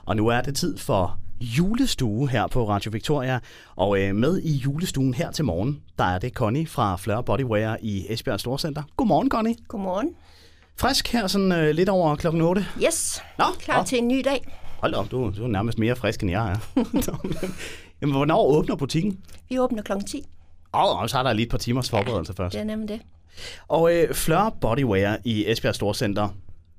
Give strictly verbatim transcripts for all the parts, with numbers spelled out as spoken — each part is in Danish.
Og nu er det tid for julestue her på Radio Victoria. Og øh, med i julestuen her til morgen, der er det Connie fra Fleur Bodywear i Esbjerg Storcenter. Godmorgen, Connie. Godmorgen. Frisk her sådan øh, lidt over klokken otte. Yes, Nå, klar nå. til en ny dag. Hold da op, du, du er nærmest mere frisk, end jeg er. Jamen, hvornår åbner butikken? Vi åbner klokken ti. Åh, oh, så er der lige et par timers forberedelse først. Det er nemlig det. Og øh, Fleur Bodywear i Esbjerg Storcenter.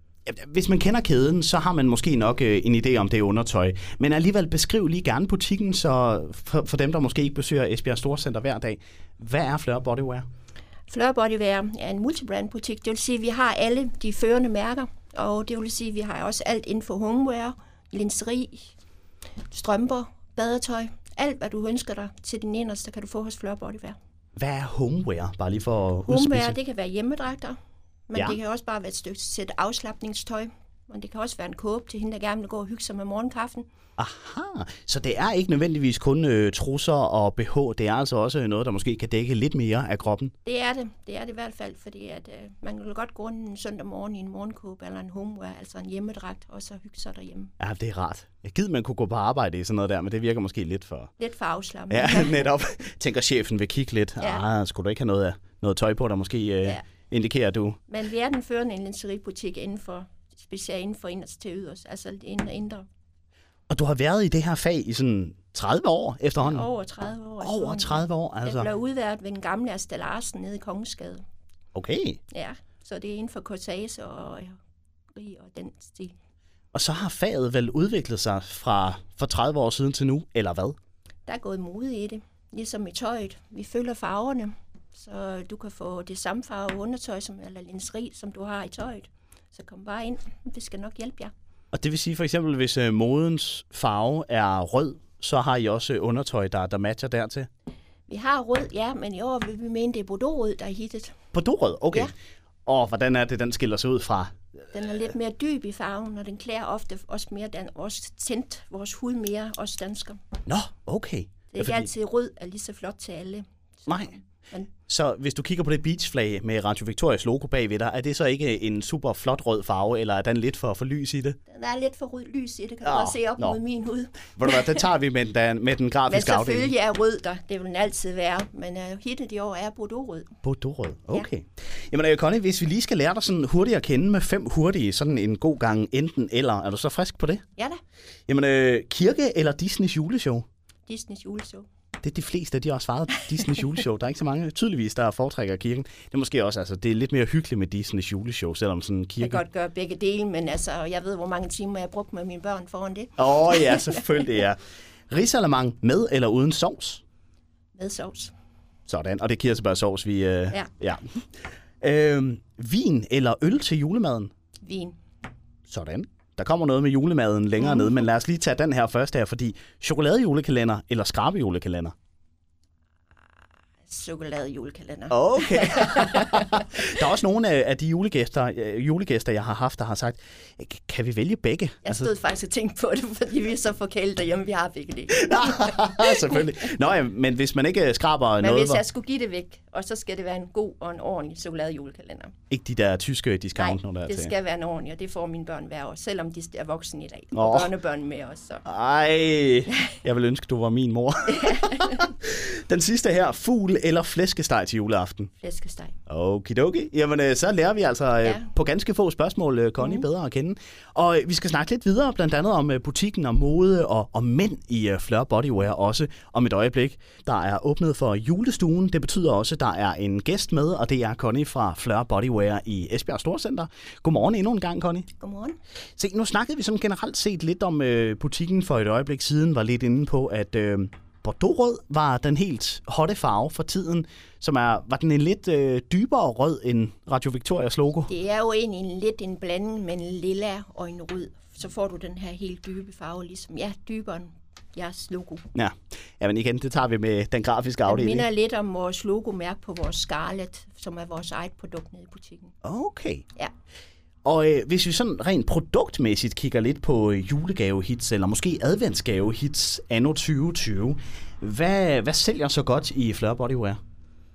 Hvis man kender kæden, så har man måske nok øh, en idé om det undertøj. Men alligevel beskriv lige gerne butikken, så for, for dem, der måske ikke besøger Esbjerg Storcenter hver dag. Hvad er Fleur Bodywear? Fleur Bodywear er en multibrand-butik. Det vil sige, at vi har alle de førende mærker. Og det vil sige, at vi har også alt inden for homewear, linseri, strømper, badetøj. Alt, hvad du ønsker dig til din inderste, kan du få hos Fleur Bodywear. Hvad er homewear? Bare lige for at Homewear, udspidse. det kan være hjemmedragter, men Ja. det kan også bare være et stykke sæt afslapningstøj. Men det kan også være en kåbe til hende, der gerne vil gå og hygge sig med morgenkaffen. Aha, så det er ikke nødvendigvis kun øh, trusser og B H. Det er altså også noget, der måske kan dække lidt mere af kroppen. Det er det. Det er det i hvert fald, fordi at, øh, man kan godt gå en søndag morgen i en morgenkåbe eller en homewear, altså en hjemmedragt, og så hygge sig derhjemme. Ja, det er rart. Jeg gider, man kunne gå på arbejde i sådan noget der, men det virker måske lidt for... Lidt for afslappet. Ja, netop. Tænker chefen vil kigge lidt. Ja. Ah, skulle du ikke have noget, noget tøj på, der måske øh, Ja. indikerer, at du... Men vi er den førende lingeributik inden for, specielt inden for inderst til yders, altså inden og indre. Og du har været i det her fag i sådan tredive år efterhånden? Over tredive år. Over efterhånden. tredive år, altså. Jeg blev udværet ved den gamle Asta Larsen nede i Kongensgade. Okay. Ja, så det er inden for corsage og rig og den stil. Og så har faget vel udviklet sig fra for tredive år siden til nu, eller hvad? Der er gået mode i det, ligesom i tøjet. Vi følger farverne, så du kan få det samme farve undertøj som, eller linseri, som du har i tøjet. Så kom bare ind, det skal nok hjælpe jer. Og det vil sige for eksempel, hvis øh, modens farve er rød, så har I også undertøj, der, der matcher dertil? Vi har rød, ja, men i år vil vi mene, det er bordeaux-rød, der er hittet. Bordeaux-rød, okay. Ja. Og hvordan er det, den skiller sig ud fra? Den er lidt mere dyb i farven, og den klæder ofte også mere, den også tændt vores hud mere, os danskere. Nå, okay. Det er ikke Fordi- altid rød er lige så flot til alle. Så, Nej. Men Så hvis du kigger på det beachflag med Radio Victorias logo bagved dig, er det så ikke en super flot rød farve, eller er den lidt for, for lys i det? den er lidt for rød lys i det, kan du Nå, godt se op nå. mod min hud. Ved du hvad, det tager vi med den, med den Men grafiske afdeling. selvfølgelig er rød der, det vil den altid være, men uh, hittet i år er bordeaux-rød. Bordeaux-rød, okay. Ja. Jamen øh, Connie, hvis vi lige skal lære dig sådan hurtigt at kende med fem hurtige, sådan en god gang enten eller, er du så frisk på det? Ja da, Jamen øh, kirke eller Disneys juleshow? Disneys juleshow. Det er de fleste, de har også svaret Disneys juleshow. Der er ikke så mange, tydeligvis, der foretrækker kirken. Det er måske også, altså, det er lidt mere hyggeligt med Disneys juleshow, selvom sådan en Jeg kirke... kan godt gøre begge dele, men altså, jeg ved, hvor mange timer jeg har brugt med mine børn foran det. Åh oh, ja, selvfølgelig, ja. Risalamang med eller uden sovs? Med sovs. Sådan, og det er kirsebærsovs, vi... Øh, Ja. ja. Øh, vin eller øl til julemaden? Vin. Sådan. Der kommer noget med julemaden længere mm. ned, men lad os lige tage den her først her, fordi chokoladejulekalender eller skrabejulekalender? Chokolade-julekalender. Okay. Der er også nogle af af de julegæster, øh, julegæster, jeg har haft, der har sagt, kan vi vælge begge? Jeg stod faktisk og tænkte på det, fordi vi er så forkælet derhjemme, vi har begge det. Selvfølgelig. Nå ja, men hvis man ikke skraber Men noget, hvis hvor, jeg skulle give det væk, og så skal det være en god og en ordentlig chokolade-julekalender. ikke de der tyske discount, når der er det til. skal være en ordentlig, og det får mine børn hver år, selvom de er voksne i dag. Åh. Og børnebørn med os. Så. Ej, jeg vil ønske, du var min mor. Den sidste her, fugl eller flæskesteg til juleaften? Flæskesteg. Okidoki. Jamen, øh, så lærer vi altså øh, Ja. på ganske få spørgsmål øh, Connie Mhm. bedre at kende. Og øh, vi skal snakke lidt videre, blandt andet om øh, butikken og mode og, og mænd i øh, Fleur Bodywear også om et øjeblik. Der er åbnet for julestuen. Det betyder også, at der er en gæst med, og det er Connie fra Fleur Bodywear i Esbjerg Storcenter. Godmorgen endnu en gang, Connie. Godmorgen. Se, nu snakkede vi sådan generelt set lidt om øh, butikken for et øjeblik siden, var lidt inde på, at øh, Bordeaux-rød var den helt hotte farve for tiden, som er, var den en lidt øh, dybere rød end Radio Victorias logo. Det er jo egentlig en, lidt en blanding med en lilla og en rød. Så får du den her helt dybe farve, ligesom, ja, dybere end jeres logo. Ja, jamen igen, det tager vi med den grafiske Det afdeling. minder lidt om vores logomærke på vores Scarlett, som er vores eget produkt nede i butikken. Okay. Ja. Og øh, hvis vi sådan rent produktmæssigt kigger lidt på julegavehits, eller måske adventsgavehits anno tyve tyve, hvad, hvad sælger så godt i Fleur Bodywear?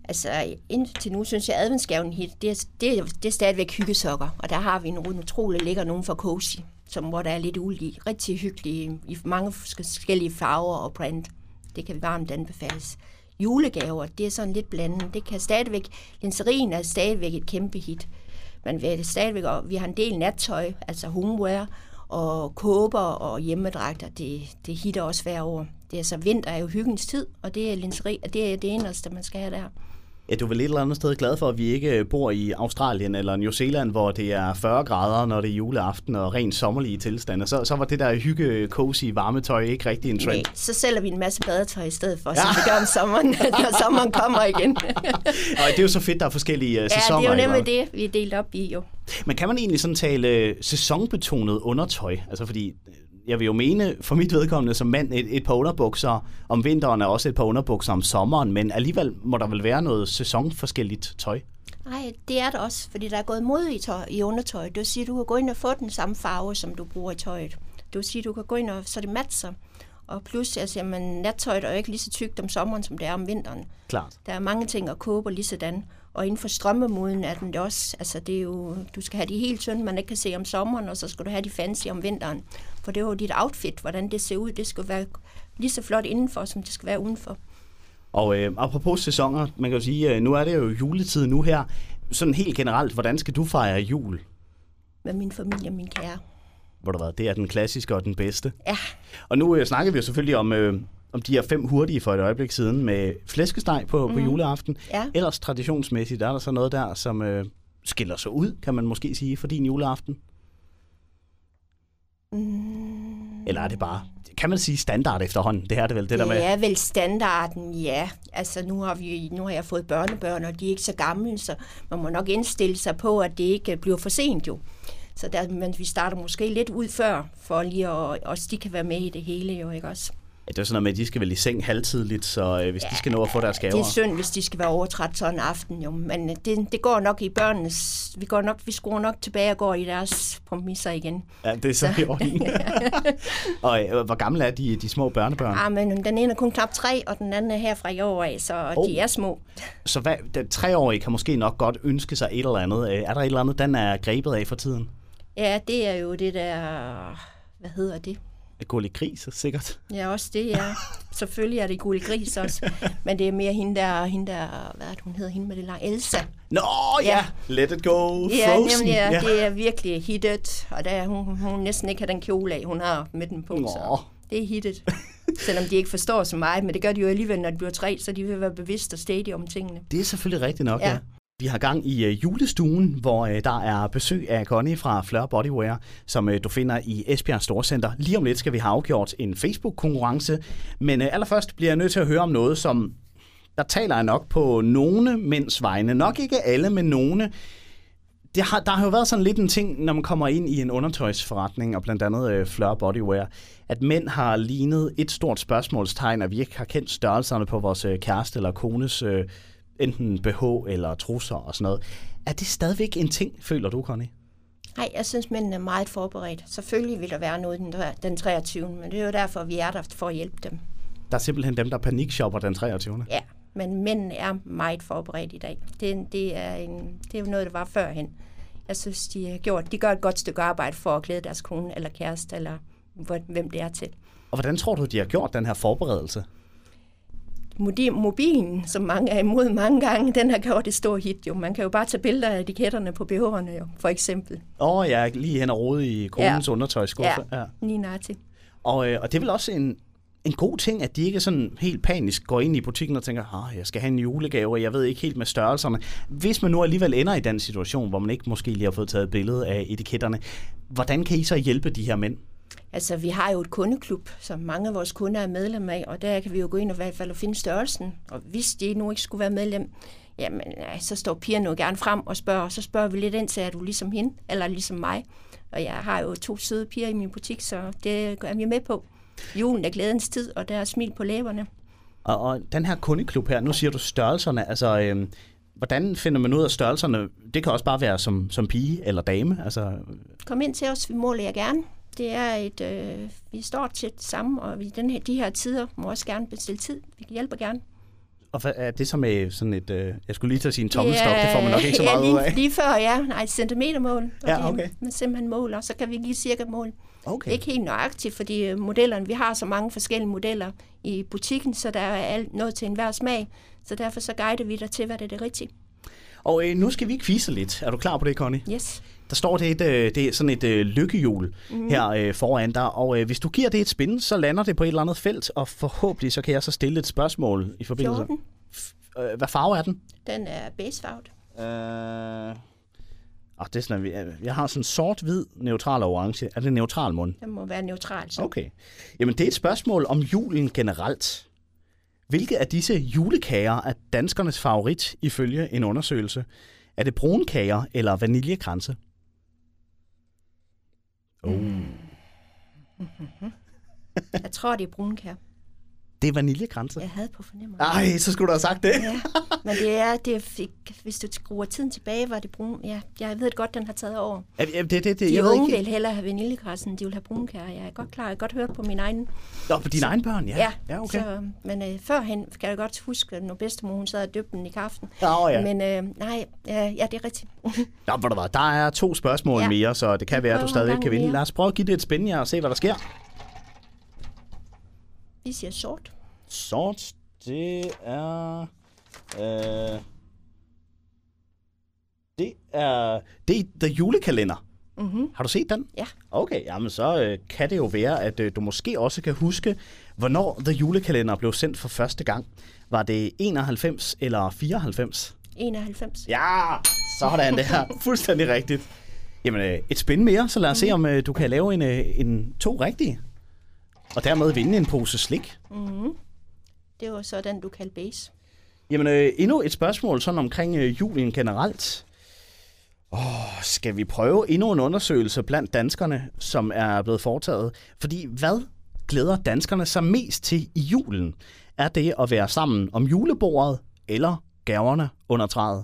Altså, indtil nu synes jeg, at adventsgaven hit, det er, det, er, det er stadigvæk hyggesokker. Og der har vi en utrolig lækker nogen for Cozy, som, hvor der er lidt ulige. Rigtig hyggelige, i mange forskellige farver og print. Det kan varmt anbefales. Julegaver, det er sådan lidt blandet. Det kan stadigvæk, linserien er stadigvæk et kæmpe hit. Men vi, er stadigvæk, vi har en del nattøj, altså homeware, og kåber og hjemmedragter. Det, det hitter også hver år. Det er så vinter er jo hyggens tid, og det er linseri, det er det eneste, man skal have der. Ja, du er vel et eller andet sted glad for, at vi ikke bor i Australien eller New Zealand, hvor det er fyrre grader, når det er juleaften og rent sommerlige tilstande. Så, så var det der hygge, cozy, varmetøj ikke rigtig en trend. Nej, så sælger vi en masse badetøj i stedet for, ja. Som vi gør om sommeren, når sommeren kommer igen. Og det er jo så fedt, der er forskellige uh, sæsoner. Ja, det er jo nemlig det, vi er delt op i jo. Men kan man egentlig sådan tale uh, sæsonbetonet undertøj? Altså fordi... Jeg vil jo mene, for mit vedkommende som mand, et, et par underbukser om vinteren og også et par underbukser om sommeren, men alligevel må der vel være noget sæsonforskelligt tøj? Nej, det er der også, fordi der er gået mod i, tøj, i undertøj. Det vil sige, at du kan gå ind og få den samme farve, som du bruger i tøjet. Det vil sige, at du kan gå ind og så det matcher. Og plus, altså, jamen, nattøjet er jo ikke lige så tykt om sommeren, som det er om vinteren. Klart. Der er mange ting at kåbe lige sådan. Og inden for strømmemoden er den det også. Altså, det er jo, du skal have de helt tynde, man ikke kan se om sommeren, og så skal du have de fancy om vinteren. For det er jo dit outfit, hvordan det ser ud. Det skal være lige så flot indenfor, som det skal være udenfor. Og øh, apropos sæsoner, man kan jo sige, nu er det jo juletid nu her. Sådan helt generelt, hvordan skal du fejre jul? Med min familie og min kære. Hvor der var, det er den klassiske og den bedste. Ja. Og nu øh, snakker vi jo selvfølgelig om, øh, om de her fem hurtige for et øjeblik siden med flæskesteg på, mm. på juleaften. Ja. Ellers traditionsmæssigt er der så noget der, som øh, skiller sig ud, kan man måske sige, for din juleaften. Mm. Eller er det bare, kan man sige standard efterhånden? Det er det vel, det, det der med? Det er vel standarden, ja. Altså nu har, vi, nu har jeg fået børnebørn, og de er ikke så gamle, så man må nok indstille sig på, at det ikke bliver for sent jo. Så der, men vi starter måske lidt ud før, for lige at også de kan være med i det hele jo, ikke også? Ja, det er sådan noget med, at de skal vel i seng halvtidligt, så øh, hvis ja, de skal nå at få deres gaver. Det er synd, hvis de skal være overtræt sådan en aften, jo. Men det, det går nok i børnenes... Vi, går nok, vi skruer nok tilbage og går i deres præmisser igen. Ja, det er så, så. i orden. Og øh, hvor gamle er de, de små børnebørn? Ja, men den ene er kun knap tre, og den anden er her fra i år af, så oh. de er små. Så hvad, den treårige kan måske nok godt ønske sig et eller andet. Er der et eller andet, den er grebet af for tiden? Ja, det er jo det der... Hvad hedder det? Gullig Gris, sikkert. Ja, også det, ja. Selvfølgelig er det Gullig Gris også. Men det er mere hende der, hende der, hvad er det, hun hedder, hende med det lange, Elsa. Nå ja, ja. Let it go, ja, Frozen. Nemlig, ja, ja, det er virkelig hittet, og der, hun, hun næsten ikke har den kjole af, hun har med den på, så det er hittet. Selvom de ikke forstår så meget, men det gør de jo alligevel, når de bliver tre, så de vil være bevidst og stedige om tingene. Det er selvfølgelig rigtigt nok, ja. ja. Vi har gang i uh, julestuen, hvor uh, der er besøg af Connie fra Fleur Bodywear, som uh, du finder i Esbjerg Storcenter. Lige om lidt skal vi have afgjort en Facebook-konkurrence, men uh, allerførst bliver jeg nødt til at høre om noget, som der taler jeg nok på nogle mænds vegne. Nok ikke alle, men nogle. Det har, der har jo været sådan lidt en ting, når man kommer ind i en undertøjsforretning, og blandt andet uh, Fleur Bodywear, at mænd har lignet et stort spørgsmålstegn, at vi ikke har kendt størrelserne på vores uh, kæreste eller kones uh, enten B H eller trusser og sådan noget. Er det stadigvæk en ting, føler du, Connie? Nej, jeg synes, mændene er meget forberedt. Selvfølgelig vil der være noget den, den treogtyvende, men det er jo derfor, vi er der for at hjælpe dem. Der er simpelthen dem, der panikshopper den treogtyvende? Ja, men mændene er meget forberedt i dag. Det, det, er, en, det er jo noget, der var førhen. Jeg synes, de, har gjort, de gør et godt stykke arbejde for at glæde deres kone eller kæreste, eller hvem det er til. Og hvordan tror du, de har gjort den her forberedelse? Mobilen, som mange er imod mange gange, den har gjort et stort hit jo. Man kan jo bare tage billeder af etiketterne på B H'erne jo, for eksempel. Åh oh, ja, lige hen og rode i konens ja. undertøjsskuffe. Ja, lige nøjagtigt. Og, øh, og det er vel også en, en god ting, at de ikke sådan helt panisk går ind i butikken og tænker, ah, jeg skal have en julegave, og jeg ved ikke helt med størrelserne. Hvis man nu alligevel ender i den situation, hvor man ikke måske lige har fået taget et billede af etiketterne, hvordan kan I så hjælpe de her mænd? Altså, vi har jo et kundeklub, som mange af vores kunder er medlem af, og der kan vi jo gå ind og i hvert fald og finde størrelsen. Og hvis de nu ikke skulle være medlem, jamen, så står pigerne jo gerne frem og spørger, og så spørger vi lidt ind til, er du ligesom hende, eller ligesom mig? Og jeg har jo to søde piger i min butik, så det er vi med på. Julen er glædens tid, og der er smil på læberne. Og, og den her kundeklub her, nu siger du størrelserne, altså... Øh... Hvordan finder man ud af størrelserne? Det kan også bare være som, som pige eller dame. Altså... Kom ind til os, vi måler jer gerne. Det er et, øh, vi står tæt sammen, og vi den her, de her tider må også gerne bestille tid. Vi hjælper gerne. Og hvad er det så med sådan et, øh, jeg skulle lige til at sige en tommelstok, det, det får man nok ikke så meget ja, lige, ud af. lige før, ja. Nej, et centimetermål. Ja, okay. Man simpelthen måler, så kan vi lige cirka måle. Okay. Ikke helt nøjagtigt, fordi modellerne, vi har så mange forskellige modeller i butikken, så der er alt noget til enhver smag. Så derfor så guider vi dig til, hvad det er det rigtige. Og øh, nu skal vi quizze lidt. Er du klar på det, Connie? Yes. Der står det, et, øh, det er sådan et øh, lykkehjul mm. her øh, foran dig, og øh, hvis du giver det et spin, så lander det på et eller andet felt, og forhåbentlig så kan jeg så stille et spørgsmål i forbindelse. fjorten. F- øh, hvad farve er den? Den er basefarvet. Øh... Oh, det er sådan, jeg, jeg har sådan sort-hvid, neutral og orange. Er det neutral mund? Den må være neutral. Så. Okay. Jamen, det er et spørgsmål om julen generelt. Hvilke af disse julekager er danskernes favorit ifølge en undersøgelse? Er det brunkager eller vaniljekranse? Oh. Mm. Jeg tror, det er brunkager. Det er vaniljekranse? Jeg havde på fornemmelsen. Ej, så skulle du have sagt det. Ja, men det er, det fik, hvis du skruer tiden tilbage, var det brun. Ja, jeg ved godt, den har taget over. Ja, det, det, det, De jeg unge ved ikke. vil hellere have vaniljekrasse, end de vil have brunkager. Jeg er godt klar, jeg har godt hørt på min egen. Nå, på dine egne børn, ja. Ja, ja okay. så, men øh, førhen kan jeg godt huske, når bedstemor hun sad og døbte den i kaffen. Ja, ja. Men øh, nej, ja, ja, det er rigtigt. Nå, hvor der var. Der er to spørgsmål Ja. mere, så det kan være, at du stadigvæk kan vinde. mere. Lad os prøve at give det et spændende og se, hvad der sker. Vi siger sort. Sort, det er... Øh, det er... Det er The Julekalender. Mm-hmm. Har du set den? Ja. Okay, jamen så øh, kan det jo være, at øh, du måske også kan huske, hvornår The Julekalender blev sendt for første gang. Var det enoghalvfems eller fireoghalvfems? enoghalvfems. Ja, sådan det her. Fuldstændig rigtigt. Jamen, øh, et spin mere, så lad os mm. se, om øh, du kan lave en, øh, en to rigtige. Og dermed vinde en pose slik. Mm-hmm. Det var så den, du kaldte base. Jamen, øh, endnu et spørgsmål sådan omkring øh, julen generelt. Åh, skal vi prøve endnu en undersøgelse blandt danskerne, som er blevet foretaget? Fordi hvad glæder danskerne sig mest til i julen? Er det at være sammen om julebordet eller gaverne under træet?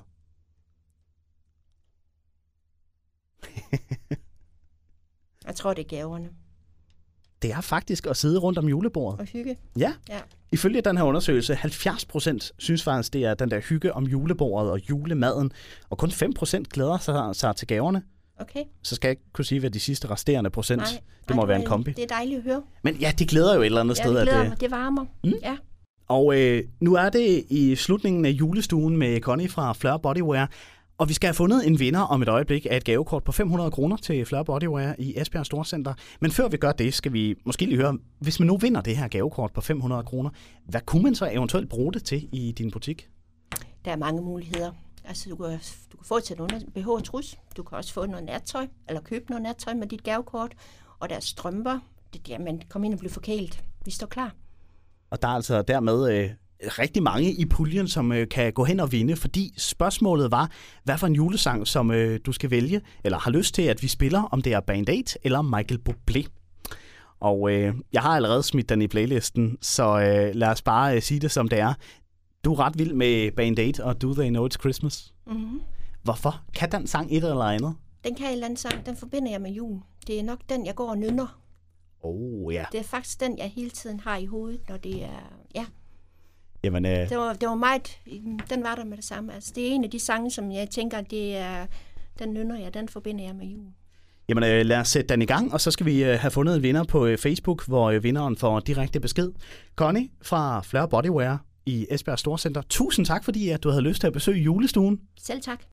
Jeg tror, det er gaverne. Det er faktisk at sidde rundt om julebordet. Og hygge. Ja. Ja. Ifølge den her undersøgelse, halvfjerds procent synes faktisk, det er den der hygge om julebordet og julemaden, og kun fem procent glæder sig, sig til gaverne. Okay. Så skal jeg ikke kunne sige, hvad de sidste resterende procent, Nej, det må nej, være en kombi. Det er dejligt at høre. Men ja, det glæder jo et eller andet Ja, sted. det glæder at, mig. Det varmer. Mm? Ja. Og øh, nu er det i slutningen af julestuen med Connie fra Fleur Bodywear, og vi skal have fundet en vinder om et øjeblik af et gavekort på fem hundrede kroner til Fleur Bodywear i Esbjerg Storcenter. Men før vi gør det, skal vi måske lige høre, hvis man nu vinder det her gavekort på fem hundrede kroner, hvad kunne man så eventuelt bruge det til i din butik? Der er mange muligheder. Altså, du kan, du kan få til en under B H og trus. Du kan også få noget nattøj, eller købe noget nattøj med dit gavekort. Og der er strømper. Det, jamen, kom ind og bliv forkælet. Vi står klar. Og der er altså dermed øh, rigtig mange i puljen, som øh, kan gå hen og vinde, fordi spørgsmålet var, hvad for en julesang, som øh, du skal vælge, eller har lyst til, at vi spiller, om det er Band aid eller Michael Bublé. Og øh, jeg har allerede smidt den i playlisten, så øh, lad os bare øh, sige det, som det er. Du er ret vild med Band aid og Do They Know It's Christmas. Mm-hmm. Hvorfor? Kan den sang et eller andet? Den kan en eller anden sang. Den forbinder jeg med jul. Det er nok den, jeg går og nynner. Oh, ja. Det er faktisk den, jeg hele tiden har i hovedet, når det er... Ja. Jamen, øh... det, var, det var meget... Den var der med det samme. Altså, det er en af de sange, som jeg tænker, det er... Den nynner jeg, den forbinder jeg med jul. Jamen øh, lad os sætte den i gang, og så skal vi øh, have fundet en vinder på øh, Facebook, hvor øh, vinderen får direkte besked. Connie fra Fleur Bodywear i Esbjerg Storcenter. Tusind tak, fordi at du havde lyst til at besøge julestuen. Selv tak.